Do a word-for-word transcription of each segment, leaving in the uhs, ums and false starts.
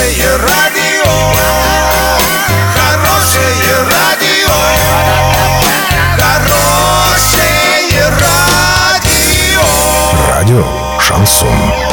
Хорошее радио, хорошее радио, хорошее радио. Радио Шансон.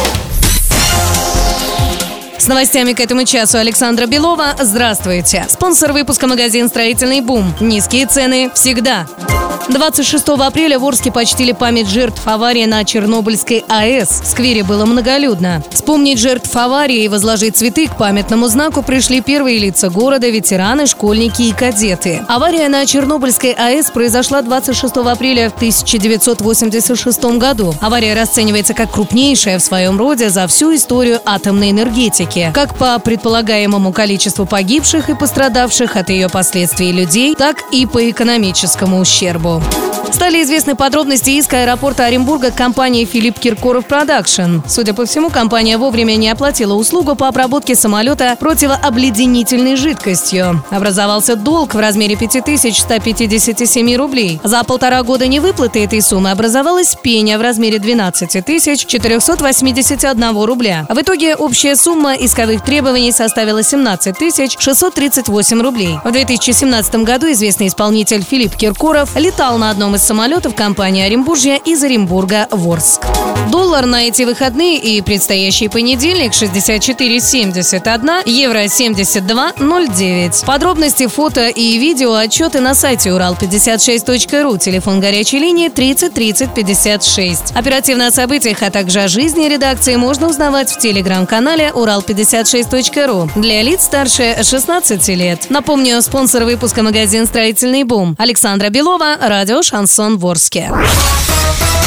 С новостями к этому часу Александра Белова. Здравствуйте. Спонсор выпуска — магазин «Строительный бум». Низкие цены всегда. двадцать шестого апреля в Орске почтили память жертв аварии на Чернобыльской АЭС. В сквере было многолюдно. Вспомнить жертв аварии и возложить цветы к памятному знаку пришли первые лица города, ветераны, школьники и кадеты. Авария на Чернобыльской АЭС произошла двадцать шестого апреля в тысяча девятьсот восемьдесят шестом году. Авария расценивается как крупнейшая в своем роде за всю историю атомной энергетики. Как по предполагаемому количеству погибших и пострадавших от ее последствий людей, так и по экономическому ущербу. Стали известны подробности иска аэропорта Оренбурга компании «Филипп Киркоров Продакшн». Судя по всему, компания вовремя не оплатила услугу по обработке самолета противообледенительной жидкостью. Образовался долг в размере пять тысяч сто пятьдесят семь рублей. За полтора года невыплаты этой суммы образовалась пеня в размере двенадцать тысяч четыреста восемьдесят один рубля. В итоге общая сумма исковых требований составила семнадцать тысяч шестьсот тридцать восемь рублей. В две тысячи семнадцатом году известный исполнитель Филипп Киркоров летал на одном из самолетов компании «Оренбуржья» из Оренбурга в Орск. Доллар на эти выходные и предстоящий понедельник шестьдесят четыре семьдесят один, евро семьдесят два ноль девять. Подробности, фото и видео отчеты на сайте урал пятьдесят шесть точка ру, телефон горячей линии тридцать тридцать пятьдесят шесть. Оперативно о событиях, а также о жизни редакции можно узнавать в телеграм-канале урал пятьдесят шесть точка ру для лиц старше шестнадцати лет. Напомню, спонсор выпуска — магазин «Строительный бум». Александра Белова, радио «Шансон» в Орске.